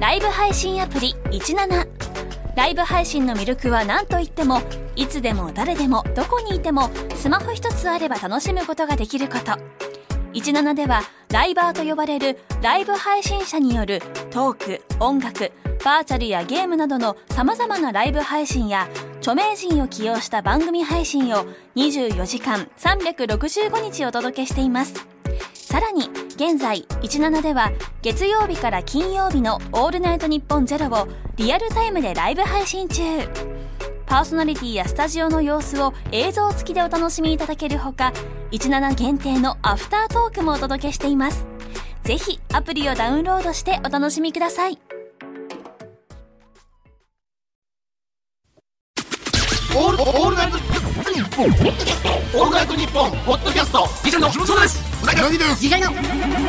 ライブ配信アプリ17。ライブ配信の魅力は何といっても、いつでも誰でもどこにいてもスマホ一つあれば楽しむことができること。17ではライバーと呼ばれるライブ配信者によるトーク、音楽、バーチャルやゲームなどの様々なライブ配信や著名人を起用した番組配信を24時間365日お届けしています。さらに現在17では月曜日から金曜日のオールナイトニッポンゼロをリアルタイムでライブ配信中。パーソナリティやスタジオの様子を映像付きでお楽しみいただけるほか、17限定のアフタートークもお届けしています。ぜひアプリをダウンロードしてお楽しみください。 オールナイトニッポンポッドキャストギシャリのそうです。うなぎですギシャリの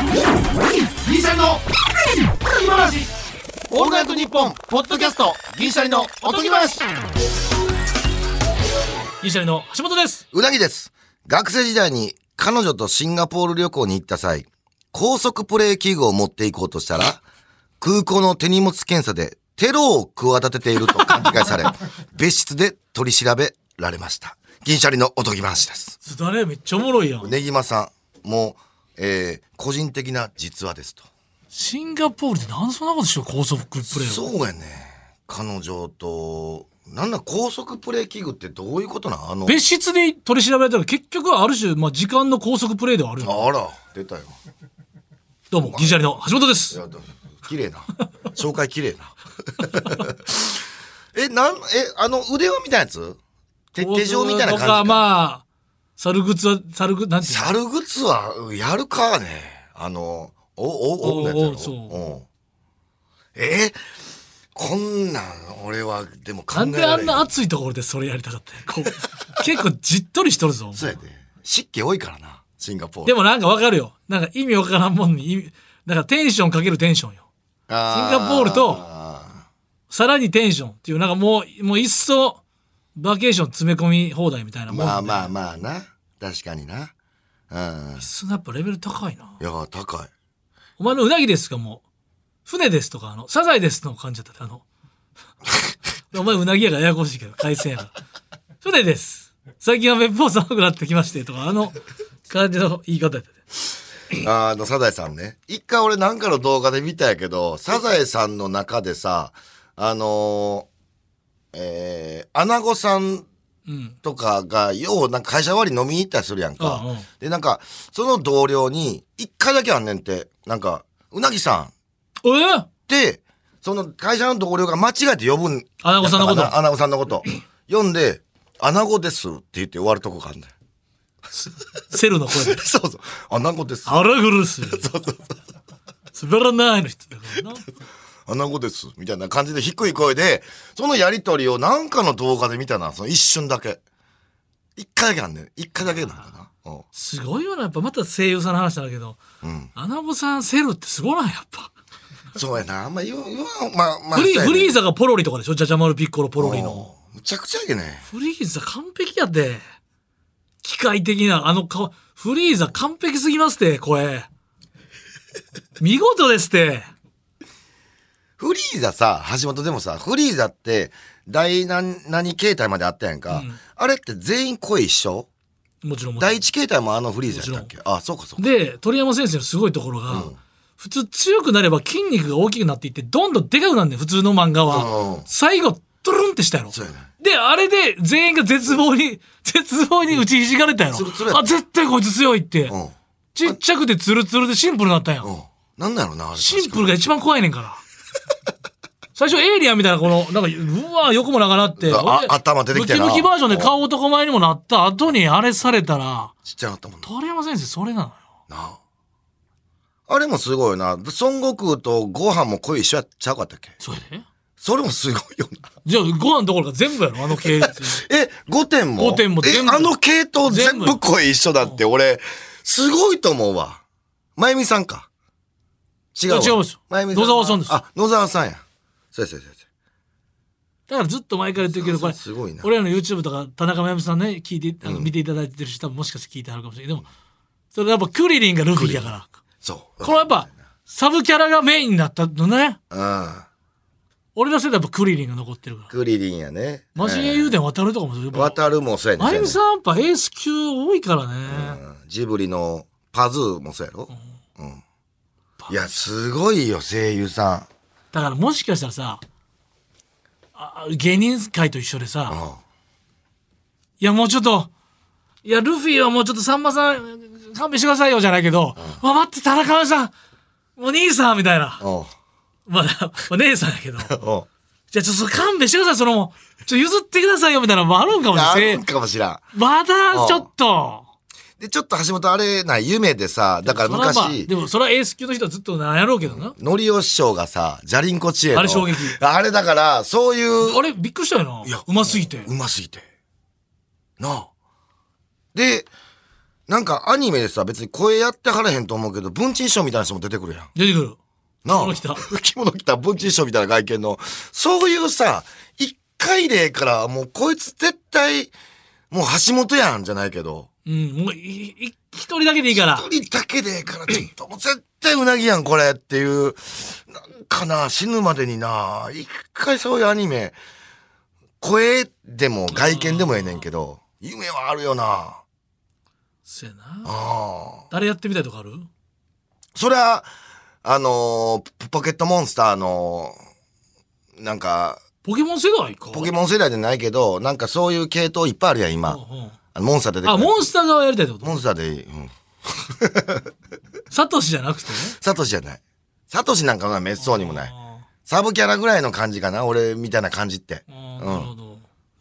今話。オールナイトニッポンポッドキャストギシャリのおとぎ話。 ギシャリの橋本です。 うなぎです。学生時代に彼女とシンガポール旅行に行った際、高速プレー器具を持っていこうとしたら、空港の手荷物検査でテロを企てていると勘違いされ、別室で取り調べられました。銀シャリのおとぎ話です。 誰めっちゃおもろいやん。 ねぎまさんも個人的な実話ですと。 シンガポールでなんでそんなことしよう。高速プレーを。 そうやね。彼女となんだ高速プレー器具ってどういうことなの。 別室で取り調べられたら結局ある種、時間の高速プレーではあるよ。 あら出たよ。 どうも銀シャリの橋本です。 綺麗な紹介綺麗な腕輪みたいなやつ手状みたいな感じか。 猿靴は猿靴なんていうの。 猿靴はやるかね。のやつやろ。こんなん俺はでも考えられない。 なんであんな暑いところでそれやりたかったこう結構じっとりしとるぞ。 そうやで。湿気多いからなシンガポール。 でもなんかわかるよ。なんか意味わからんもんになんかテンションかけるテンションよ。シンガポールとさらにテンションっていうなんかもういっそバケーション詰め込み放題みたいなもんで。 まあな確かにな。 いっそやっぱレベル高いな。 いや高い。 お前のうなぎですかもう船ですとかサザエですの感じだったお前うなぎやからややこしいけど海鮮やから船です。最近はめっぽう寒くなってきましてとか感じの言い方やったで。 サザエさんね。一回俺なんかの動画で見たやけど、サザエさんの中でさ、アナゴさんとかが、ようなんか会社終わり飲みに行ったりするやんか。で、なんか、その同僚に、一回だけあんねんって、なんか、うなぎさん。で、その会社の同僚が間違えて呼ぶん。 アナゴさんのこと。 アナゴさんのこと。呼んで、アナゴですって言って終わるとこがあんねん。 セルの声で。 そう。アナゴです。 アラグルス。そう。滑らないの人だからな。 アナゴです。みたいな感じで低い声で、そのやりとりをなんかの動画で見たな。その一瞬だけ。一回だけあんねん。一回だけなんかな。 すごいよな。やっぱまた声優さんの話なんだけど、アナゴさんセルってすごないやっぱ。 そうやな。あんま言わん、 フリーザがポロリとかでしょ。ジャジャマルピッコロポロリの。 むちゃくちゃやけね。 フリーザ完璧やって。機械的な顔、フリーザ完璧すぎますって、声。見事ですって。 フリーザさ、橋本でもさ、フリーザって第何形態まであったやんか。あれって全員声一緒？ もちろん。 第一形態もフリーザやったっけ？そうか。 で、鳥山先生のすごいところが、普通強くなれば筋肉が大きくなっていってどんどんでかくなるねん普通の漫画は、最後トゥルンってしたやろ。 そうやね。 であれで全員が絶望に打ちひしがれたやろ。絶対こいつ強いって、ちっちゃくてツルツルでシンプルになったやん。 なんだろうなあれ。 シンプルが一番怖いねんから最初エイリアンみたいななんかうわ横も長なって頭出てきてなムキムキバージョンで顔男前にもなった後にあれされたらちっちゃかったもんな。 鳥山先生それなのよなあれもすごいな。孫悟空とご飯も声一緒やっちゃうかったっけ。 それでそれもすごいよな。 じゃあご飯どころか全部やろ系列 5点も 5点も全部系統全部声一緒だって俺すごいと思うわ。まゆみさんか。違うわ。 違うんですよ。野沢さんです。 野沢さんや。そうだからずっと前から言ってるけどこれすごいな。 俺らの YouTube とか田中真由美さんね聞いて見ていただいてる人ももしかして聞いてあるかもしれない。でもそれやっぱクリリンがルフィやから。 そう。 これやっぱサブキャラがメインになったのね。 うん。 俺の世代はやっぱクリリンが残ってるから。 クリリンやね。 マジ英雄伝渡るとかも渡るもそうやね。 あゆみさんやっぱエース級多いからね。 ジブリのパズーもそうやろ。うん。いや、すごいよ、声優さん。 だからもしかしたらさ、芸人界と一緒でさ、いやもうちょっと、いやルフィはもうちょっとさんまさん勘弁してくださいよじゃないけど、待って田中さん、お兄さんみたいな。まあ、姉さんやけど。じゃあちょっと勘弁してください、その、譲ってくださいよみたいなのもあるんかもしれない。 あるんかもしらん。 まだちょっと。 で、ちょっと橋本あれな、夢でさ、だから昔。 でもそれはエース級の人はずっとなんやろうけどな。 のりお師匠がさ、じゃりんこ知恵の。 あれ衝撃。 あれだから、そういう。 あれびっくりしたよな。いや、うますぎて。 うますぎて。なあ。で、なんかアニメでさ、別に声やってはらへんと思うけど、文珍師匠みたいな人も出てくるやん。 出てくる。 なあ。 着物着た文珍師匠みたいな外見の。そういうさ、一回でからもうこいつ絶対、もう橋本やんじゃないけど。 うん、もう一人だけでいいから。 一人だけでいいから、ちょっともう絶対うなぎやんこれっていう。なんかな、死ぬまでにな、一回そういうアニメ、声でも外見でもええねんけど、夢はあるよな。 そうやな。誰やってみたいとかある？ そりゃ、ポケットモンスターの、なんか、 ポケモン世代か。 ポケモン世代じゃないけど、なんかそういう系統いっぱいあるやん、今。モンスター出てくる。 モンスター側やりたいってこと？ モンスターでいい。 サトシじゃなくてね。 サトシじゃない。サトシなんかは滅相にもない。サブキャラぐらいの感じかな、俺みたいな感じって。 なるほど。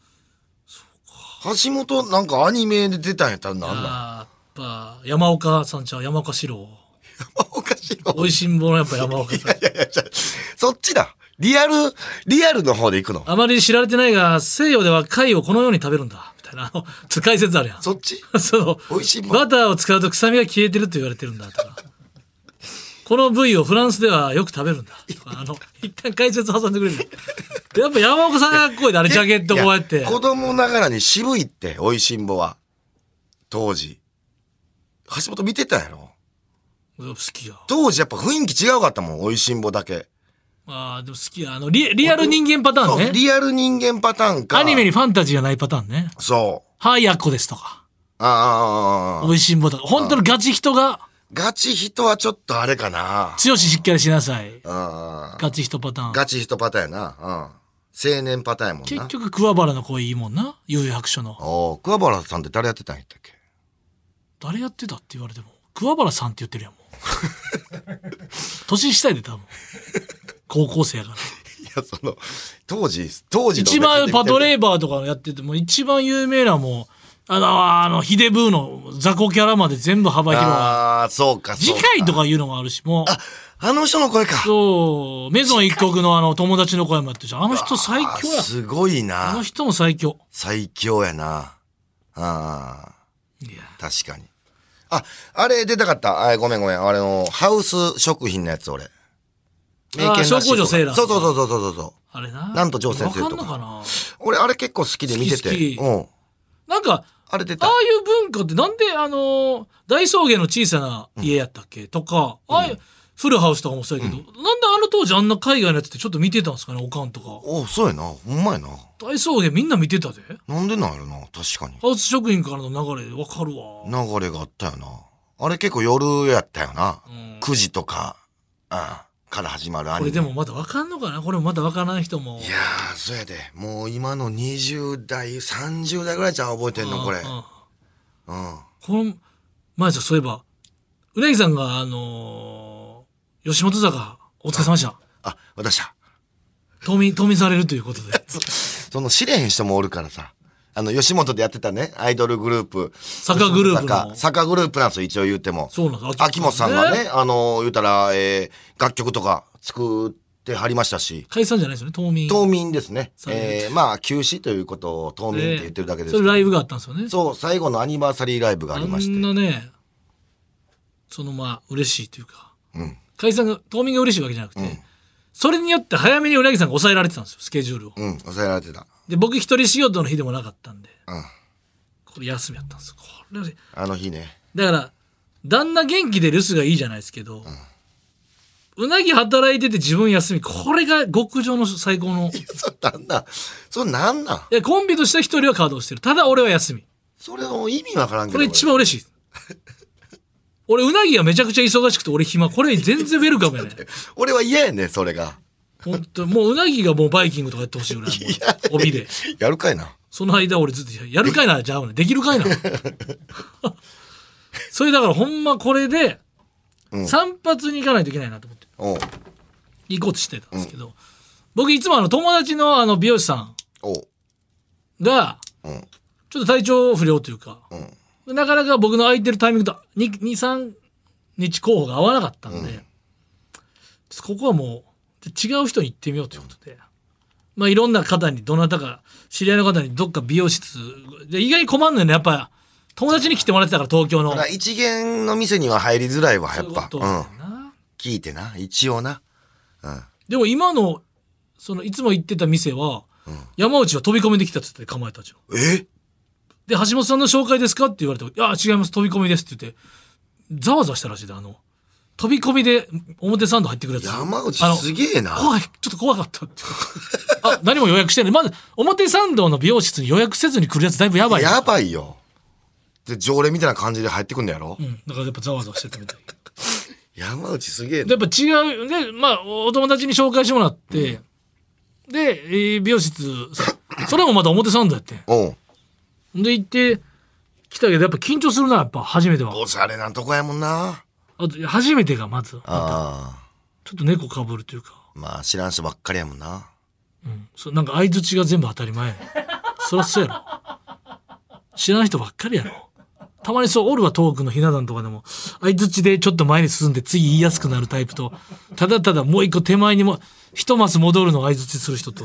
橋本なんかアニメで出たんやったらなんだ。 やっぱ山岡さんちゃう、山岡四郎。 山岡四郎。 美味しんぼのやっぱ山岡さん。 いやそっちだ。リアルの方で行くの。 あまり知られてないが、西洋では貝をこのように食べるんだ。みたいな、解説あるやん。 そっち美味しいもん。バターを使うと臭みが消えてると言われてるんだ。とか。この部位をフランスではよく食べるんだ。とか、一旦解説挟んでくれる。やっぱ山岡さんがこうであれジャケットこうやって。 子供ながらに渋いって、美味しんぼは。当時。橋本見てたやろ。 好きや。 当時やっぱ雰囲気違うかったもん、美味しんぼだけ。 でも好きや。リアル人間パターンね。 そう、リアル人間パターンか。 アニメにファンタジーがないパターンね。 そう。 はい、やっこですとか。美味しんぼとか。本当のガチ人が。 ガチ人はちょっとあれかな。 強ししっかりしなさい。ガチ人パターン。 ガチ人パターンやな。青年パターンやもんな。 結局、桑原の声いいもんな。悠々白書の。 桑原さんって誰やってたんやったっけ？ 誰やってたって言われても。桑原さんって言ってるやん、もう。年下やで、多分。高校生やから。 いや、当時の。一番パトレーバーとかやってて、もう一番有名なもう、ヒデブーの雑魚キャラまで全部幅広い。 そうか。 次回とかいうのもあるし、もう。 あの人の声か。 そう。メゾン一国の友達の声もやってるじゃん。あの人最強や。 すごいな。 あの人も最強。 最強やな。いや。確かに。あれ出たかった。ごめん。ハウス食品のやつ俺。 小工女セーラー。 そう。 あれな。 なんと上先生とか。 わかんのかな。 俺あれ結構好きで見てて。 なんか、 あれ出た。 ああいう文化ってなんで大草原の小さな家やったっけとか、ああいうフルハウスとかもそうやけど、なんで当時あんな海外のやつってちょっと見てたんですかね、おかんとか。 そうやな。ほんまやな。 大草原みんな見てたで。 なんでなんやろな、確かに。 ハウス食品からの流れでわかるわ。 流れがあったよな。あれ結構夜やったよな。9時とか、から始まるアニメ。 これでもまだわかんのかな、これもまだわからない人も。 いやー、そうやで。もう今の20代、30代ぐらいちゃん覚えてんの、これ。この前そういえば、うなぎさんが吉本坂、お疲れ様でした。私だ。 冬眠されるということで。 その知れへん人もおるからさ。吉本でやってたね、アイドルグループ。 坂グループの。 坂グループなんですよ、一応言っても。 そうなんです。 秋元さんがね、言うたら、楽曲とか作ってはりましたし。 解散じゃないですよね、冬眠。 冬眠ですね。まあ、休止ということを冬眠って言ってるだけですけど。 それライブがあったんですよね。 そう、最後のアニバーサリーライブがありまして。 あんなね、嬉しいというか。解散が、冬眠が嬉しいわけじゃなくて、それによって早めにうなぎさんが抑えられてたんですよ、スケジュールを。 抑えられてた。 で、僕一人仕事の日でもなかったんで、これ休みやったんですよ。 あの日ね。 だから、旦那元気で留守がいいじゃないですけど、 うなぎ働いてて自分休み、これが極上の最高の。 それなんなんいや、コンビとしては一人は稼働してる。ただ俺は休み。 それの意味わからんけど。 これ一番嬉しい。俺、うなぎがめちゃくちゃ忙しくて俺暇。これ全然ウェルカムやね。 俺は嫌やねそれが。 本当もううなぎがもうバイキングとかやってほしいぐらい。帯で。 やるかいな。 その間俺ずっとやるかいな、じゃあね。できるかいな。それだからほんまこれで、散髪に行かないといけないなと思って。行こうとしてたんですけど、僕いつも友達の美容師さんが、ちょっと体調不良というか、なかなか僕の空いてるタイミングと2、3日候補が合わなかったんで、ここはもう違う人に行ってみようということで、まあいろんな方に、どなたか知り合いの方にどっか美容室で、意外に困んのよね。やっぱ友達に来てもらってたから、東京の。 一元の店には入りづらいわ、やっぱ。 そういうことだな。 聞いてな、一応な。 でも今の、いつも行ってた店は、山内は飛び込みできたっつって構えたじゃん。で、橋本さんの紹介ですかって言われて、いや、違います、飛び込みですって言って、ざわざわしたらしいで、飛び込みで表参道入ってくるやつ。 山内すげえな。 ちょっと怖かったって。何も予約してない。まず、表参道の美容室に予約せずに来るやつだいぶやばい。 やばいよ。で、常連みたいな感じで入ってくんだやろ。 だからやっぱざわざわしてたみたい。 山内すげえな。 やっぱ違う。で、まあ、お友達に紹介してもらって、で、美容室、それもまた表参道やって。で、行って来たけど、やっぱ緊張するな、やっぱ初めては。 おしゃれなとこやもんな。 あと、初めてがまず。ちょっと猫かぶるというか。 まあ、知らん人ばっかりやもんな。 なんか相づちが全部当たり前やね。そりゃそうやろ。知らん人ばっかりやろ。たまにそう、おるわ、トークのひな壇とかでも、相づちでちょっと前に進んで次言いやすくなるタイプと、ただただもう一個手前にも、一マス戻るのを相づちする人と。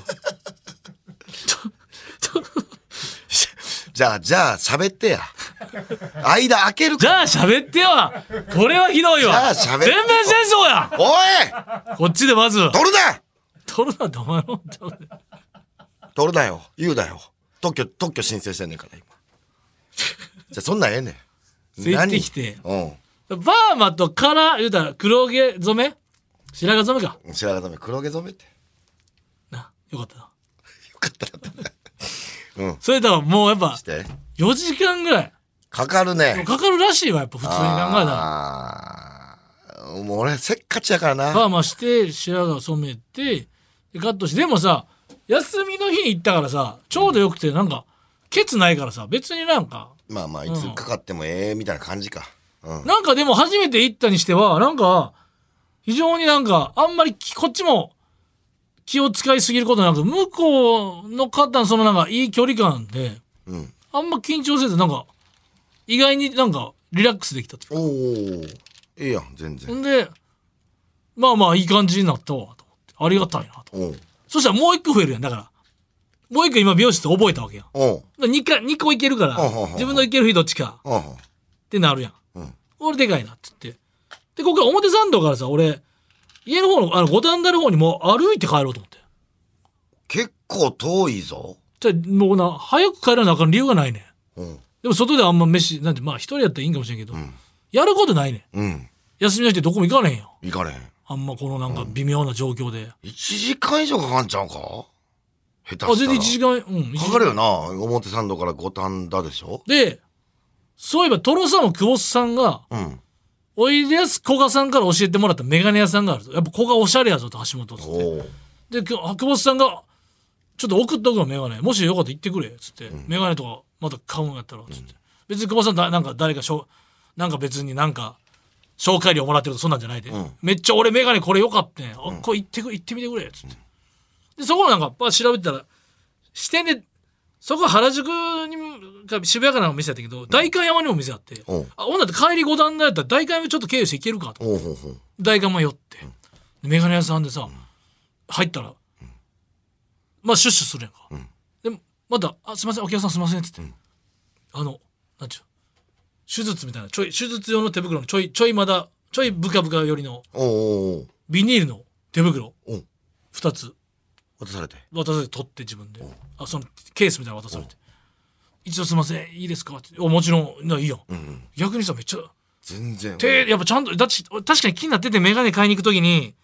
じゃあ、喋ってや。間開けるか。じゃあ喋ってよ。これはひどいわ。 じゃあ喋って。 全面戦争や。 おいこっちでまず。 取るな取るなってお前の。 取るなよ。言うなよ。特許申請してんねんから、今。じゃあそんなんええねん。 ついてきて。バーマとカラー、言うたら黒毛染め白髪染めか。 白髪染め、黒毛染めって。 な、よかったな。 よかったな。 それとはもうやっぱ、4時間ぐらい。 かかるね。 かかるらしいわ、やっぱ普通に考えたら。もう俺せっかちやからな。 パーマして白髪染めてでカットして、でもさ休みの日に行ったからさちょうどよくて、なんかケツないからさ別になんかまあまあいつかかってもええみたいな感じか。 なんかでも初めて行ったにしてはなんか非常になんかあんまりこっちも気を使いすぎることなく、向こうの方のそのなんかいい距離感で、あんま緊張せずなんか意外になんかリラックスできたっていうか。 おお。ええやん全然。 ほんでまあまあいい感じになったわと思って、ありがたいなと。そしたらもう一個増えるやん。だからもう一個今美容室覚えたわけやん。2個いけるから自分のいける日どっちかってなるやん。これでかいなって言って、でここから表参道からさ、俺家の方の五反田の方にもう歩いて帰ろうと思って。 結構遠いぞ。 じゃもうな早く帰らなあかん理由がないねん。でも外であんま飯なんて、まあ一人やったらいいんかもしれんけど、やることないねん。休みの日ってどこも行かれへんよ。 行かれへん。 あんまこのなんか微妙な状況で。 1時間以上かかんちゃうか。下手したら。 全然1時間、 かかるよな。表参道から五反田でしょ。 で、そういえばトロサーモン久保さんが、おいでやすこがさんから教えてもらったメガネ屋さんがあると。やっぱこがおしゃれやぞと、橋本っつって。で、久保さんが、ちょっと送っとくのメガネ。もしよかったら行ってくれ。つって。メガネとかまた買うんやったら。つって。別に久保さんなんか誰かなんか別になんか、紹介料もらってるとそんなんじゃないで。めっちゃ俺メガネこれよかったね。これ行ってみてくれ。つって。で、そこのなんか、調べてたら、支店で、そこ原宿にか渋谷かなんか店やったけど、代官山にも店あって、ほんなって帰り五段だったら代官山ちょっと経由して行けるかと。代官山寄って。メガネ屋さんでさ、入ったら、まあシュッシュするやんか。で、また、すいません、お客さんすいません、つって。なんちゅう。手術みたいな、手術用の手袋のちょいブカブカ寄りの、ビニールの手袋、2つ。渡されて取って自分で。そのケースみたいなの渡されて。一度すいません、いいですかって。もちろん、いいよ。逆にさ、めっちゃ。 全然。 やっぱちゃんと、確かに気になっててメガネ買いに行くときに、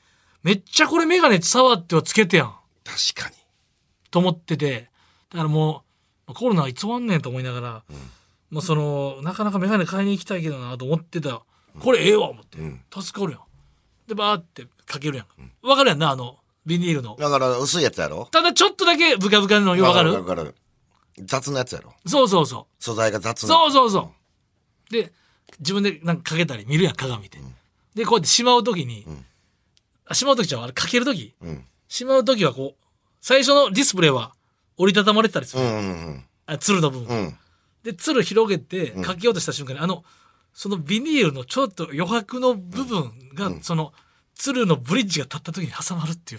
めっちゃこれメガネ触ってはつけてやん。 確かに。 と思ってて。だからもう、コロナいつ終わんねんと思いながら、もうその、なかなかメガネ買いに行きたいけどなと思ってた。これええわ思って。助かるやん。で、バーってかけるやん。わかるやんな、ビニールの。 だから薄いやつやろ。 ただちょっとだけブカブカのわかる？ わかる。雑なやつやろ。 そうそうそう。 素材が雑な。 そう。で、自分でなんかかけたり見るやん、鏡で。で、こうやってしまうときに、しまうときちゃう、あれかけるとき、しまうときはこう、最初のディスプレイは折りたたまれてたりする。ツルの部分。で、ツル広げてかけようとした瞬間に、そのビニールのちょっと余白の部分が、その、ツルのブリッジが立った時に挟まるっていう。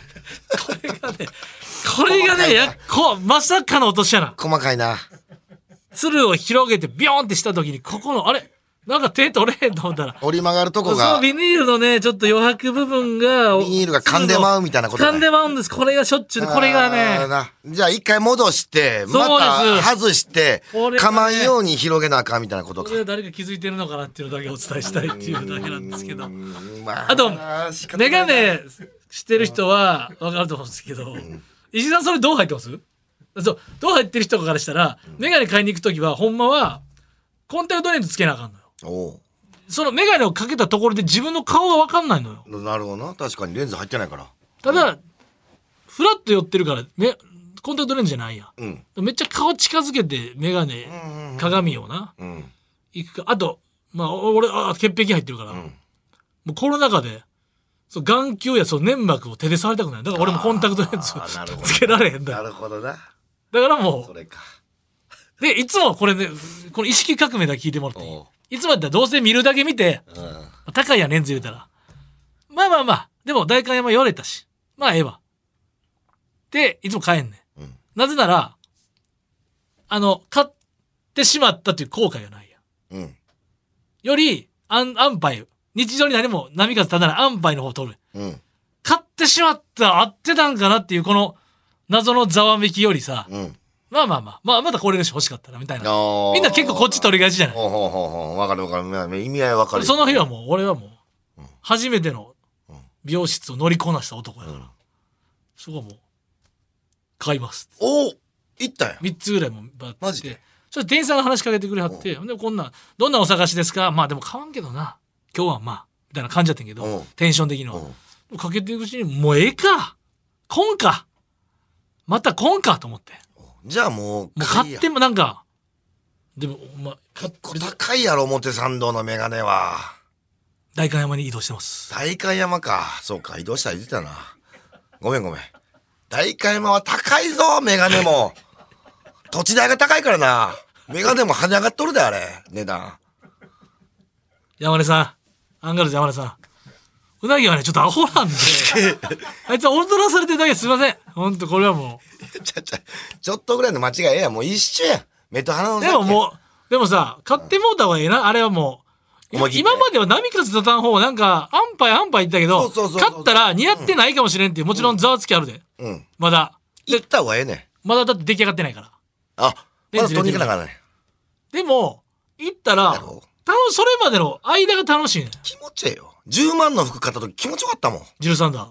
これがね、まさかの落とし穴。 細かいな。 ツルを広げてビヨーンってした時に、ここの、あれなんか手取れへんと思ったら。 折り曲がるとこそが。 のビニールのね、ちょっと余白部分が。 ビニールが噛んでまうみたいなことね。 噛んでまうんです。これがしょっちゅうで、これがね。 じゃあ一回戻して、また外して、噛まんように広げなあかんみたいなことか。 これ誰か気づいてるのかなっていうのだけお伝えしたいっていうだけなんですけど。あと、メガネしてる人はわかると思うんですけど、石井さんそれどう入ってます？そう、どう入ってる人からしたら、メガネ買いに行くときは、ほんまは、コンタクトレンズつけなあかんのよ。そのメガネをかけたところで自分の顔がわかんないのよ。 なるほどな。確かにレンズ入ってないから。 ただ、フラッと寄ってるから、コンタクトレンズじゃないや。めっちゃ顔近づけて、メガネ、鏡をな。行くか。あと、まあ、俺、潔癖入ってるから、もうコロナ禍で、眼球や粘膜を手で触りたくない。だから俺もコンタクトレンズつけられへんだよ。 なるほどな。 だからもう。 それか。 で、いつもこれね、この意識革命だけ聞いてもらっていい？いつもやったらどうせ見るだけ見て、高いやんレンズ入れたら。まあ、でも代官山言われたし、まあええわ。で、いつも買えんねん。なぜなら、買ってしまったという後悔がないやん。より、安牌、日常に何も波風立たない安牌の方を取る。買ってしまった、合ってたんかなっていうこの謎のざわめきよりさ、まあ、またこれで欲しかったな、みたいな。みんな結構こっち取りがちじゃない？ わかる。意味合いわかる。 その日はもう、俺はもう、初めての美容室を乗りこなした男やから。そこはもう、買います。 行ったよ。 3つぐらいもバッて。 マジで？ そして店員さんが話しかけてくれはって、で、こんな、どんなお探しですか？まあでも買わんけどな。今日はまあ、みたいな感じだったんやけど、テンション的には。かけていくうちに、もうええか！こんか！またこんかと思って。 じゃあもう買ってもなんか、でも、 結構高いやろ、表参道のメガネは。 代官山に移動してます。 代官山か。そうか、移動したら言ってたな。ごめん。代官山は高いぞ、メガネも。土地代が高いからな。メガネも跳ね上がっとるで、あれ。値段。 山根さん。アンガールズ山根さん。うなぎはね、ちょっとアホなんで。あいつは踊らされてるだけすいません。ほんと、これはもう。 ちょっとぐらいの間違いええやん。もう一緒やん。目と鼻の先。 でもさ、買ってもうた方がええな。あれはもう。今までは波風立たん方なんか、安牌言ったけど、買ったら似合ってないかもしれんっていう、もちろんざわつきあるで。まだ。 行った方がええねん。 まだだって出来上がってないから。 まだ取りに行かなあかんねん。 でも、行ったら、それまでの間が楽しいねん。 気持ちええよ。10万の服買った時気持ちよかったもん。 ジルサンダ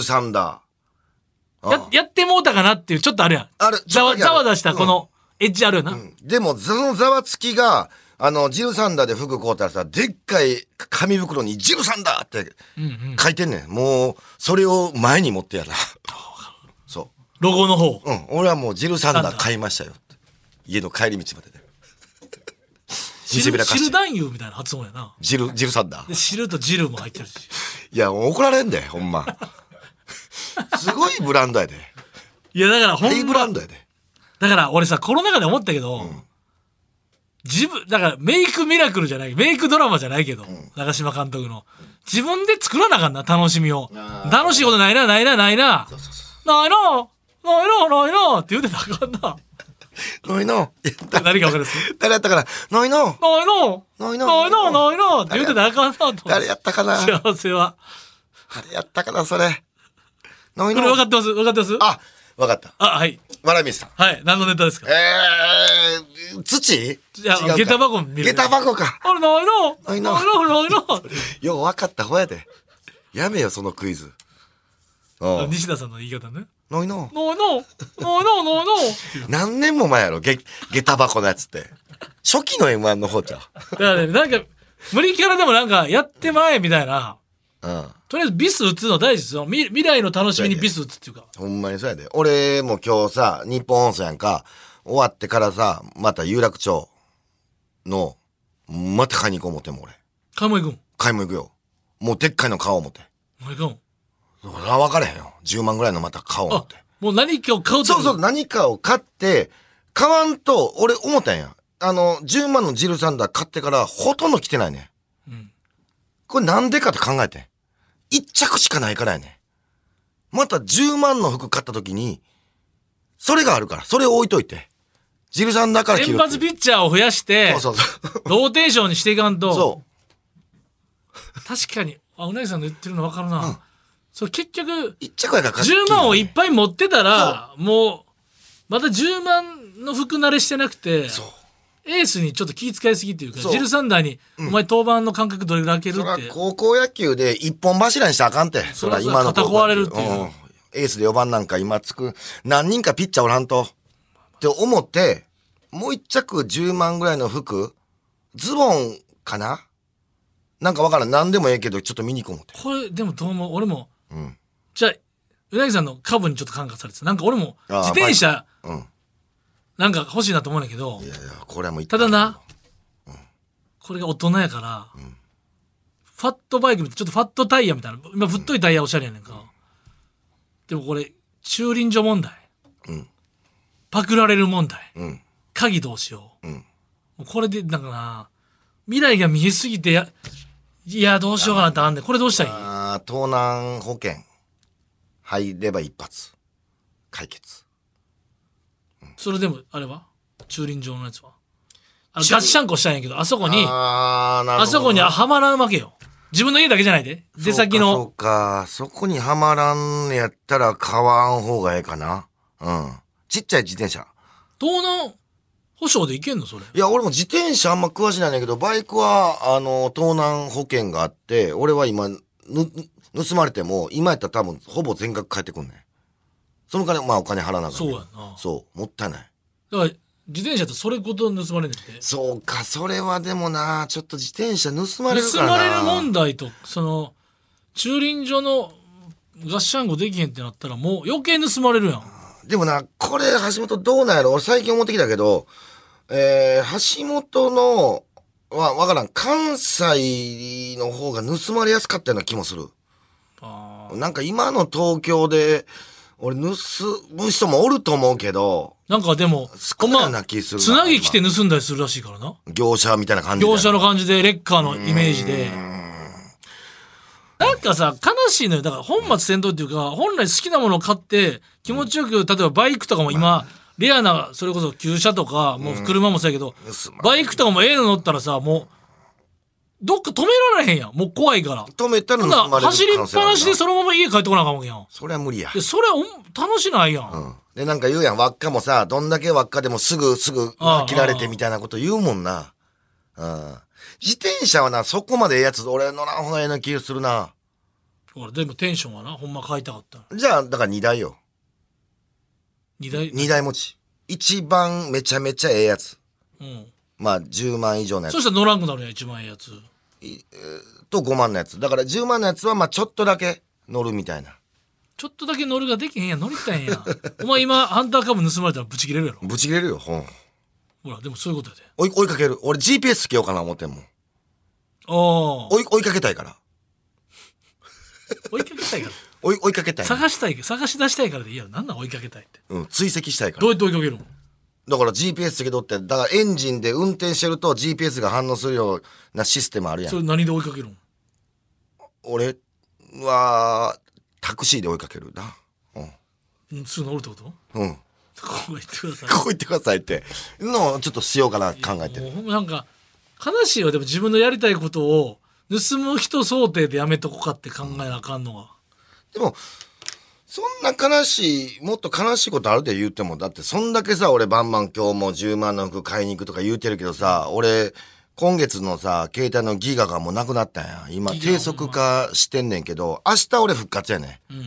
ー。 やってもうたかなっていう、ちょっとあるやん。ざわ出したこのエッジあるよな。 でも、そのざわつきが、ジルサンダーで服買うたらさ、でっかい紙袋にジルサンダーって書いてんねん。もう、それを前に持ってやら。そう。 ロゴの方。 俺はもうジルサンダー買いましたよ。家の帰り道までで。 シル男優みたいな発音やな。 ジルサンダー。 で、シルとジルも入ってるし。 いや、怒られんで、ほんま。すごいブランドやで。 いや、だからほんま。 ハイブランドやで。 だから俺さ、コロナ禍で思ったけど、だからメイクミラクルじゃない、メイクドラマじゃないけど、長嶋監督の。自分で作らなあかんな、楽しみを。楽しいことないな。ないなって言うてたらあかんな。 ないな。 何か分かるんです誰やったかな。ないなって言うてたらあかんなと。 誰やったかな。 幸せは。 誰やったかな、それ。ないな。 これ分かってますあ、分かった。 はい。 わらみさん。 はい。何のネタですか？ 土？ いや、下駄箱見る。 下駄箱か。 あれ、ないな。 よう分かった方やで。やめよ、そのクイズ。 うん西田さんの言い方ね。 ないな。 ノーノー、ノーノー、ノーノーっていう。 何年も前やろ、下駄箱のやつって。初期の M1 の方ちゃだからね、なんか、無理キャラでもなんか、やってまえみたいな。 う。うん。 とりあえずビス打つの大事ですよ。未来の楽しみにビス打つっていうか。 ほんまにそうやで。俺も今日さ、日本放送やんか。終わってからさ、また有楽町の、また買いに行こう思ってんもん俺。 買い物行くん？ 買い物行くよ。もうでっかいの買おう思って。 もう行くん？ 分かれへんよ。10万ぐらいのまた買おう思っあて。、 もう何かを買うとそうそう、何かを買って、買わんと、俺思ったんや。10万のジルサンダー買ってからほとんど着てないね。 うん。 これなんでかって考えて。一着しかないからやね。また10万の服買った時に、それがあるから、それを置いといて。ジルサンダーから着る先っていう。 発ピッチャーを増やして、 そうそうそう。 ローテーションにしていかんと。 そう。 確かに、うなぎさんの言ってるの分かるな。そう、結局、 一着やから買って 10万をいっぱい持ってたら、もう、また10万の服慣れしてなくて、 そう。 エースにちょっと気遣いすぎっていうか、 そうジルサンダーに、お前登板の間隔どれぐらい空けるそらって。 高校野球で一本柱にしたらあかんて。 そら今の肩壊れるっていうエースで4番なんか今何人かピッチャーおらんと。って思って、もう一着10万ぐらいの服、ズボンかななんかわからん。何でもええけど、ちょっと見に行こう思って。 これ、でもどうも、俺も、 うん。 じゃあ、うなぎさんの株にちょっと感化されてた。なんか俺も、 ああ自転車、 うん。 なんか欲しいなと思うんだけどい、やいや、これはもうただな、これが大人やから、ファットバイクみたいな、ちょっとファットタイヤみたいな、今太いタイヤおしゃれやねんか。でもこれ、駐輪場問題。 うんパクられる問題。 うん。 鍵どうしよう。 うん。 もうこれで、なんかな、未来が見えすぎていや、どうしようかなってあんねん。これどうしたらいい？ ああ、盗難保険。入れば一発。解決。 それでも、あれは駐輪場のやつはガッシャンコしたんやけど、あそこに、 ああ、なるほど。 あそこにはまらんわけよ。自分の家だけじゃないで。出先その。 うか、そこにはまらんやったら買わん方がええかな。うん。ちっちゃい自転車。 盗難保証でいけんのそれ。 いや、俺も自転車あんま詳しないんだけど、バイクは、盗難保険があって、俺は今、盗まれても、今やったら多分、ほぼ全額返ってくんねん。その金、まあお金払わなあかんそうけどやんな。 そう、もったいない。 だから、自転車ってそれごと盗まれんねんって。 そうか、それはでもな、ちょっと自転車盗まれるか盗らな。 まれる問題と、駐輪場のガッシャンコできへんってなったら、もう余計盗まれるやん。 でもな、これ、橋本どうなんやろ俺最近思ってきたけど、橋本の、わからん、関西の方が盗まれやすかったような気もする。 あなんか今の東京で、俺盗む人もおると思うけど、 なんかでも、 少ないような気するな。 つなぎ来て盗んだりするらしいからな。 業者みたいな感じで。 業者の感じで、レッカーのイメージで。なんかさ、悲しいのよ。だから本末転倒っていうか、本来好きなものを買って、気持ちよく、例えばバイクとかも今、レアな、それこそ旧車とか、もう車もそうやけど、バイクとかもええの乗ったらさ、もう、どっか止められへんやん。もう怖いから。 止めたらほん盗まれるなら走りっぱなしでそそのまま家帰ってこなあかんわけやん。 それは無理や。 で、それ楽しないやん。 うん。で、なんか言うやん、輪っかもさ、どんだけ輪っかでもすぐああ切られてみたいなこと言うもんな。うん。自転車はな、そこまでええやつ、俺乗らん方がええな気がするな。 ほら、でもテンションはな、ほんま買いたかった。 じゃあ、だから2台よ。 2台。 2台持ち。一番めちゃめちゃええやつ。 うん。 まあ、10万以上のやつそしたら乗らんくなるやん、一番ええやつ。 と5万のやつ。だから10万のやつは、まあ、ちょっとだけ乗るみたいな。 ちょっとだけ乗るができへんやん、乗りたいんや。お前今、ハンター株盗まれたらブチ切れるやろ。 ぶち切れるよ、ほん。 ほら、でもそういうことやで。 追いかける。俺 GPS つけようかな思ってんもん。 ああ。 追いかけたいから。 追いかけたいから。 追いかけたい。 探し出したいからでいいやろ。なんなん追いかけたいって。 うん、追跡したいから。 どうやって追いかけるの？ だから GPS つけとって、だからエンジンで運転してると GPS が反応するようなシステムあるやん。 それ何で追いかけるの？ 俺は、タクシーで追いかけるな。 うん、すぐ乗るってこと？こうん。うん。 こ行ってください。 こう言ってくださいって。のをちょっとしようかな考えてる。 もうほんまなんか、悲しいよ。でも自分のやりたいことを、盗む人想定でやめとこかって考えなあかんのが。 でも、そんな悲しい、もっと悲しいことあるで言っても、だってそんだけさ、俺バンバン今日も10万の服買いに行くとか言うてるけどさ、俺、今月のさ、携帯のギガがもうなくなったんや。今、低速化してんねんけど、明日俺復活やねうん。 ん。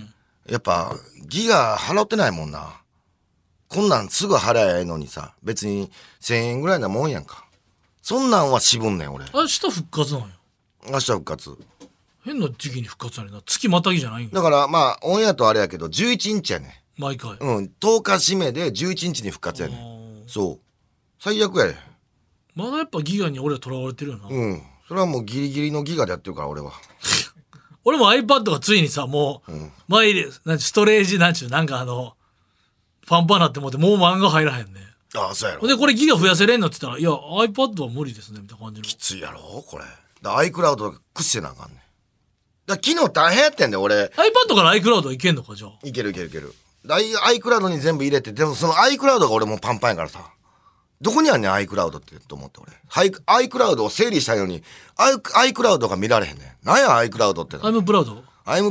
やっぱギガ払ってないもんな。こんなんすぐ払えばいいのにさ、別に1000円ぐらいなもんやんか。そんなんは渋んねん俺。 明日復活なんや。 明日復活。 変な時期に復活やねんな。月またぎじゃないんや。 だからまあオンエアとあれやけど11日やね毎回。 ん。10日締めで11日に復活やねん。そう。最悪やで。 まだやっぱギガに俺は囚われてるよな。 それはもうギリギリのギガでやってるから俺は。 俺も iPad がついにさ、もう、前で、ストレージ、なんかパンパンなって思って、もう漫画入らへんね。 ああ、そうやろ。 で、これギガ増やせれんのって言ったら、いや、iPad は無理ですね、みたいな感じの。 きついやろこれ。iCloud とか駆使せなあかんねん。昨日大変やってんで俺。 iPad から iCloud いけんのか、じゃあ。 いける。iCloud に全部入れて、でもその iCloud が俺もうパンパンやからさ。どこにあんねん iCloud ってと思って俺。iCloud を整理したいのに、iCloud が見られへんねん。なんや iCloud って。 I'm proud? I'm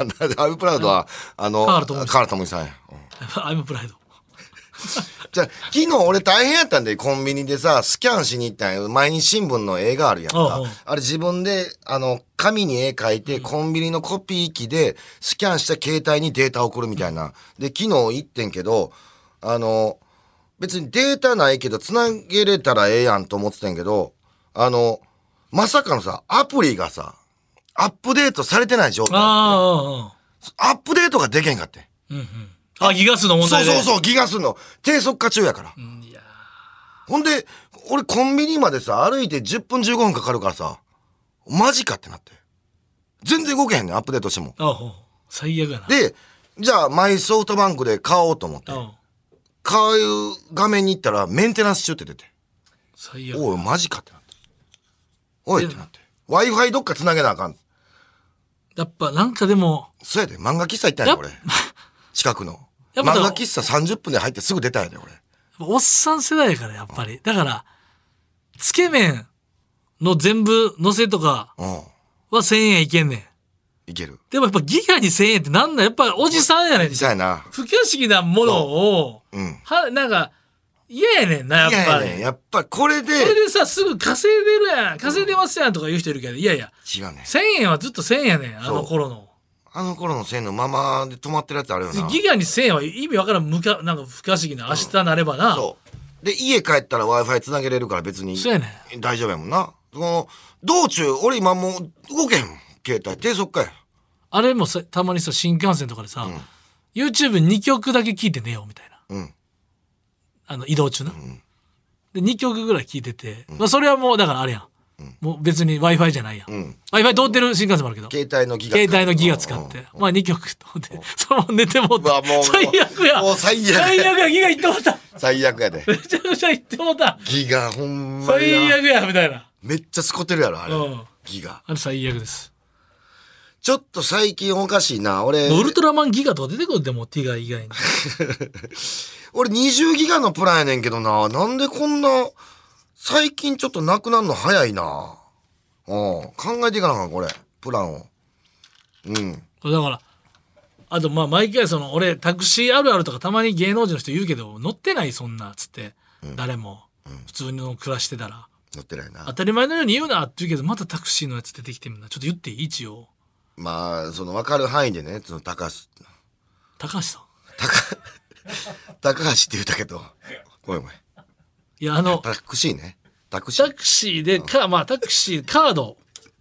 proud は、河原智美さんや。 I'm proud. じゃあ、昨日俺大変やったんで、コンビニでさ、スキャンしに行ったんや。毎日新聞の絵があるやんか。あれ自分で、紙に絵描いて、コンビニのコピー機で、スキャンした携帯にデータ送るみたいな。で、昨日行ってんけど、別にデータないけど、繋げれたらええやんと思ってたんやけど、まさかのさ、アプリがさ、アップデートされてない状態。アップデートがでけんかって。 ギガ数の問題で。 そう、ギガ数の低速化中やから。 いやほんで、俺コンビニまでさ、歩いて10分15分かかるからさ、マジかってなって。全然動けへんねん、アップデートしても。 最悪やな。 で、じゃあ、マイソフトバンクで買おうと思って。買う画面に行ったら、メンテナンス中って出て。 最悪。 おい、マジかってなって。おいってなって。Wi-Fi どっか繋げなあかん。 やっぱなんかでも。 そうやで、漫画喫茶行ったんや、俺。近くの。漫画喫茶30分で入ってすぐ出たんやで、俺。 おっさん世代やから、やっぱり。だから、つけ麺の全部乗せとかは1000円いけんねん。 いける。 でもやっぱギガに1000円ってなんだやっぱおじさんやねん。 そうやな。 不可思議なものを、なんか、嫌やねんな、やっぱり。 やっぱこれで。 それでさ、すぐ稼いでるやん。稼いでますやんとか言う人いるけど、いやいや。 違うね。 1000円はずっと1000円やねん、あの頃の。 あの頃の1000円のままで止まってるやつあるよな。 ギガに1000円は意味わからん、なんか不可思議な明日なればな。 そう。で、家帰ったら Wi-Fi つなげれるから別に。 そうやねん。大丈夫やもんな。その、道中、俺今もう動けへん。携帯、低速化や。 あれもさ、たまにさ、新幹線とかでさ、YouTube2 曲だけ聴いて寝ようみたいな。移動中な。で、2曲ぐらい聴いてて、まあそれはもう、だからあれやん。もう別に Wi-Fi じゃないやん。Wi-Fi 通ってる新幹線もあるけど。 携帯のギガ使って。まあ2曲とって、そのまま寝てもうた。最悪や。 もう最悪。 最悪や、ギガ行ってもうた。 最悪やで。 めちゃくちゃ行ってもうた。 ギガほんま最悪や、みたいな。 めっちゃ使ってるやろ、あれ。ギガ。 あれ最悪です。 ちょっと最近おかしいな、俺。 ウルトラマンギガとか出てくるんでも、ティガ以外に。 俺20ギガのプランやねんけどな、なんでこんな、最近ちょっとなくなるの早いな。考えていかなあかん、これ。プランを。 だから、あとまあ毎回俺タクシーあるあるとかたまに芸能人の人言うけど、乗ってないそんな、つって。誰も。普通の暮らしてたら。 乗ってないな。 当たり前のように言うなって言うけど、またタクシーのやつ出てきてみんな。ちょっと言っていい一応。 まあ、分かる範囲でね、高橋さん。高橋って言ったけど。ごめん。 いや、 タクシーね。 タクシーで、まあタクシー、カード。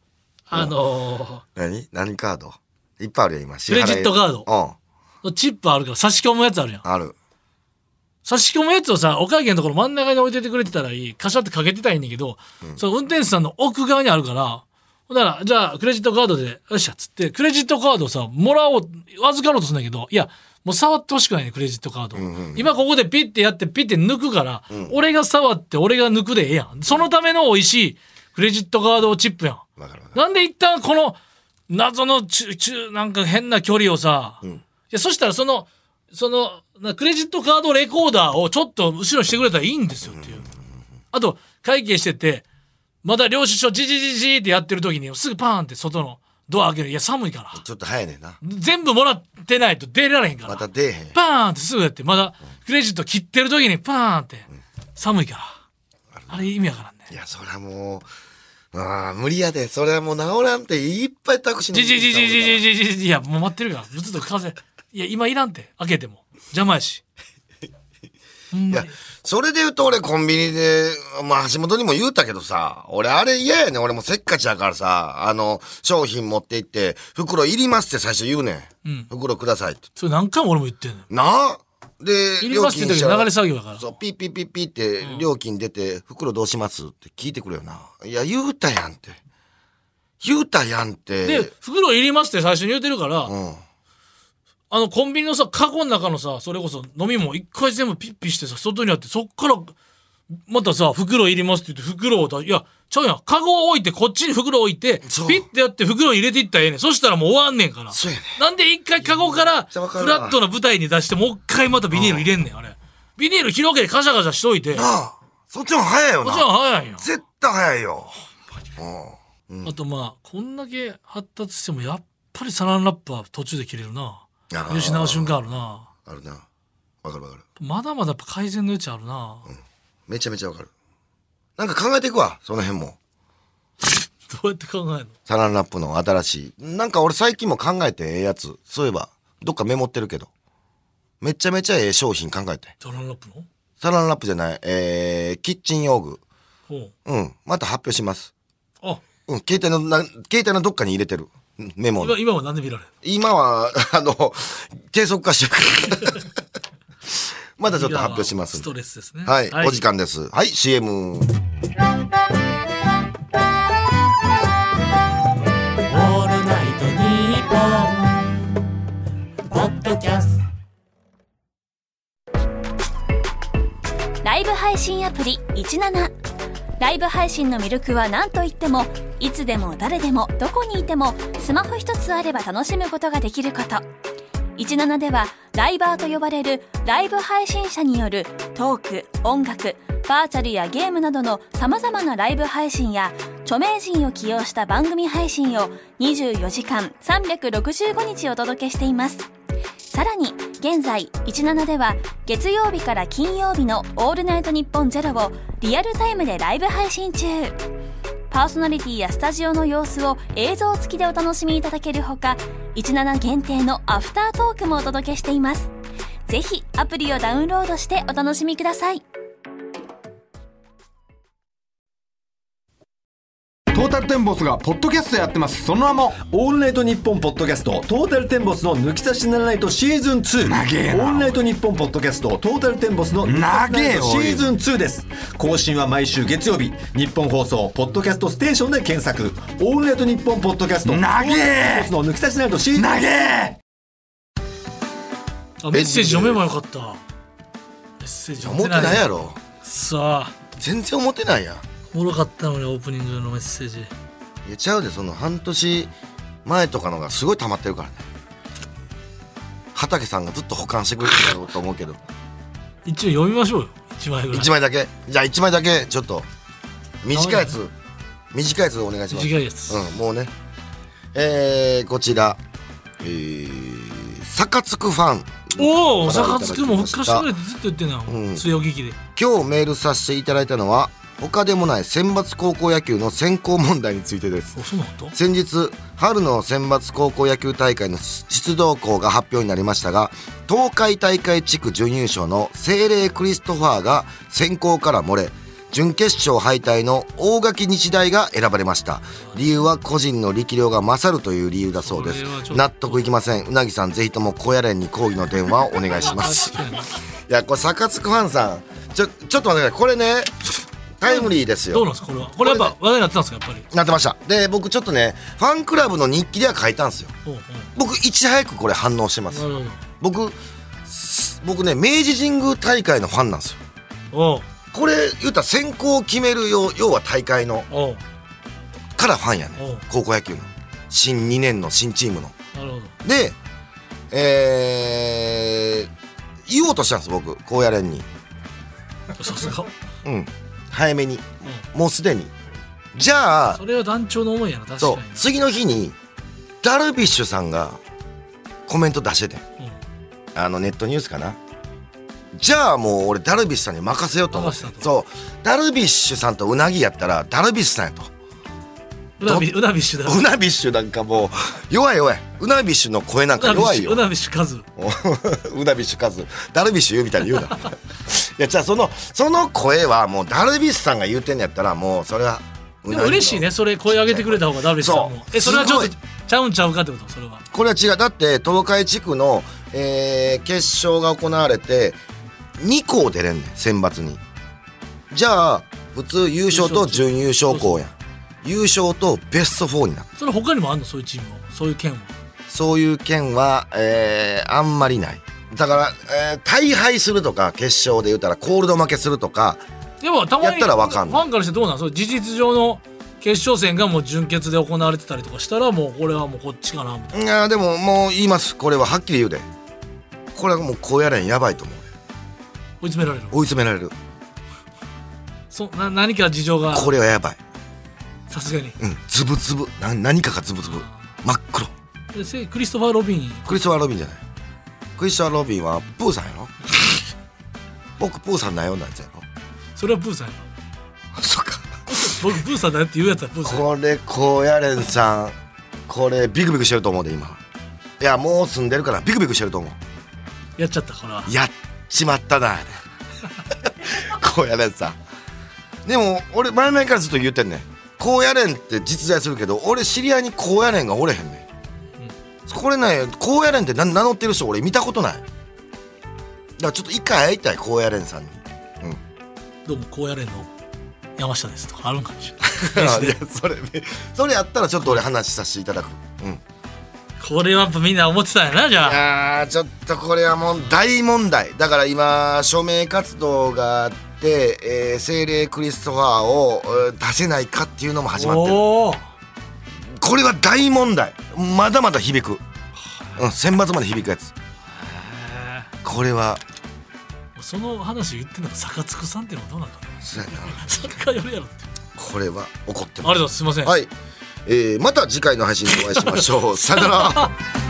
何カードいっぱいあるよ、今。 クレジットカード。チップあるから差し込むやつあるやん。 ある。 差し込むやつをさ、お会計のところ真ん中に置いててくれてたらいい。カシャってかけてたらいいんだけど、その運転手さんの奥側にあるから、だから、じゃあ、クレジットカードで、よっしゃっつって、クレジットカードをさ、預かろうとするんだけど、いや、もう触ってほしくないね、クレジットカード。今ここでピッてやって、ピッて抜くから、俺が触って、俺が抜くでええやん。そのための美味しいクレジットカードチップやん。なんで一旦この、謎のなんか変な距離をさ、いや、そしたらクレジットカードレコーダーをちょっと後ろにしてくれたらいいんですよっていう。あと、会計してて、まだ領収書ジジジジってやってる時にすぐパーンって外のドア開ける。いや、寒いから。 ちょっと早いねんな。 全部もらってないと出られへんから。 また出えへん。 パーンってすぐやって、まだクレジット切ってる時にパーンって、寒いから。あれ意味わからんね。 いや、そりゃもう、無理やで。それはもう治らんっていっぱいタクシーいや、もう待ってるから。ずっと風。 いや今いらんて開けても邪魔やしほんいやまに、 それで言うと俺コンビニで、まあ橋本にも言うたけどさ、俺あれ嫌やねん。俺もせっかちやからさ、商品持って行って、袋いりますって最初言うねん。 うん袋くださいって。 それ何回も俺も言ってんのよ。 なあで、 いりますって言ったけど流れ作業だから。 そう、ピッピッピッピッって料金出て、袋どうしますって聞いてくれよな。いや、言うたやんって。言うたやんって。 で袋いりますって最初に言うてるから、 うん。 コンビニのさカゴの中のさそれこそ飲み物一回全部ピッピしてさ外にあってそっからまたさ袋いりますって言って袋をいやちゃうやんカゴを置いてこっちに袋置いてそうピッてやって袋入れていったらええねんそしたらもう終わんねんからそうやねなんで一回カゴからちゃわかるわフラットな舞台に出してもう一回またビニール入れんねんあれビニール広げてカシャカシャしといてなあ、そっちの方が早いよな。 もちろん早いんよ絶対早いよ。 あとまあこんだけ発達してもやっぱりサランラップは途中で切れるなあー見失う瞬間あるなあるな。わかるわかる。 まだまだやっぱ改善の余地あるな、 めちゃめちゃわかる。なんか考えていくわ、その辺も。 どうやって考えるのサランラップの新しい。なんか俺最近も考えてええやつ。そういえば、どっかメモってるけど。めちゃめちゃええ商品考えて。 サランラップのサランラップじゃない、キッチン用具。 ほううん。また発表します。 あうん。携帯のどっかに入れてる。メモの。 今はなんで見られる今は、低速化してるから。またちょっと発表しますんで。 ストレスですねはい、お時間です。はい、CM。 オールナイトニッポンポッドキャストライブ配信アプリ17。ライブ配信の魅力は何といってもいつでも誰でもどこにいてもスマホ一つあれば楽しむことができること。17ではライバーと呼ばれるライブ配信者によるトーク、音楽、バーチャルやゲームなどの様々なライブ配信や著名人を起用した番組配信を24時間365日お届けしています。さらに現在17では月曜日から金曜日のオールナイトニッポンゼロをリアルタイムでライブ配信中。パーソナリティやスタジオの様子を映像付きでお楽しみいただけるほか、17限定のアフタートークもお届けしています。ぜひアプリをダウンロードしてお楽しみください。 トータルテンボスがポッドキャストやってます。その名もオールナイトニッポンポッドキャストトータルテンボスの抜き差しならないとシーズン2。 長えなオールナイトニッポンポッドキャストトータルテンボスの抜き差しならないとシーズン2です。更新は毎週月曜日、日本放送ポッドキャストステーションで検索。オールナイトニッポンポッドキャスト長えトータルテンボスの抜き差しならないとシーズン長えあメッセージ読めばよかった。メッセージ読思っててんでないないやろ。 さあ全然思ってないやん。 おもろかったのにオープニングのメッセージいやちゃうで、その半年前とかのがすごい溜まってるからね。畑さんがずっと保管してくれてるだろうと思うけど。 一応読みましょうよ1枚ぐらい 1枚だけ。じゃあ1枚だけちょっと短いやつお願いします。 短いやつ、 うん、もうね。こちら、サカツクファン。 おお、サカツクも復活してくれってずっと言ってんな、 うん強気で。 今日メールさせていただいたのは他でもない選抜高校野球の選考問題についてです。 お、そうなんだ。 先日春の選抜高校野球大会の出場校が発表になりましたが、東海大会地区準優勝の聖隷クリストファーが選考から漏れ、準決勝敗退の大垣日大が選ばれました。理由は個人の力量が勝るという理由だそうですそれはちょっと。 納得いきません。うなぎさん、ぜひとも高野連に抗議の電話をお願いしますい確かにや、これサカツクファンさん、ちょっと待ってください。これねタイムリーですよ。 どうなんですかこれは。これやっぱ話題になってたんですかやっぱり。 なってました。で、僕ちょっとねファンクラブの日記では書いたんですよ。 おう僕いち早くこれ反応してますおう。なるほ僕ね明治神宮大会のファンなんですよ。 ど。おうこれ言ったら選考を決める要は大会のおうからファンやねおう高校野球の新2年の新チームのなるほで言おうとしたんです僕高野連に。 ど。さすが。 うん早めにもうすでに。じゃあそれは団長の思いやな確かそうに。 次の日にダルビッシュさんがコメント出してて、ネットニュースかな。じゃあもう俺ダルビッシュさんに任せようと思って。 任せたとそうダルビッシュさんとうなぎやったらダルビッシュさんやと。 うなびっしゅだ。 ウナビッシュなんかもう弱い。ウナビッシュの声なんか弱いよ。 うなびっしゅ数。 ウナビッシュ数ダルビッシュ言うみたいに言うな。いやじゃあその声はもうダルビッシュさんが言うてんのやったらもうそれはでも嬉しいね、それ声上げてくれた方がダルビッシュさんも。それはちょっとちゃうんかってこと？それはこれは違う。だって東海地区の、決勝が行われて2校出れんねん、選抜に。じゃあ普通優勝と準優勝校やん。優勝とベスト4になった。 それ他にもあんの？そういうチームも、そういう県は。 そういう県は、あんまりない。だから、大敗するとか決勝で言うたらコールド負けするとかでもたまにやったら分かんない。 ファンからしてどうなん？それ事実上の決勝戦がもう準決で行われてたりとかしたらもうこれはもうこっちかなみたいな。 いやでももう言います。これははっきり言うで。これはもう高野連やばいと思う。 追い詰められる。 追い詰められる。 何か事情が。 これはやばい。 さすがに。 ズブズブ。何かがズブズブ。真っ黒。 クリストファー・ロビン。 クリストファー・ロビンじゃない。クリストファー・ロビンはプーさんやろ。僕プーさんなようなやつやろ。 それはプーさんやろ。 そっか。 僕プーさんだよって言うやつはプーさん。 これ高野連さんこれビクビクしてると思うで今。いやもう住んでるからビクビクしてると思う。 やっちゃったこれは。 やっちまったな高野連さん。でも俺前々からずっと言ってんねん。高野連って実在するけど俺知り合いに高野連がおれへんねん、これね高野連って名乗ってる人俺見たことない。だからちょっと一回会いたい高野連さんに。 どうも高野連の山下ですとかあるんかもしれない。 いやそれやったらちょっと俺話させていただく。 これはやっぱみんな思ってたんやな。じゃあちょっとこれはもう大問題だから今署名活動があって、精霊クリストファーを出せないかっていうのも始まってる。これは大問題。まだまだ響く、選抜まで響くやつ。これはその話言ってんのが坂津さんっていうのはどうなんかな。 そうやな。 それからやるやろって。 これは怒ってます。 ありがとうございます。すいません。 はい、また次回の配信でお会いしましょう。さよなら。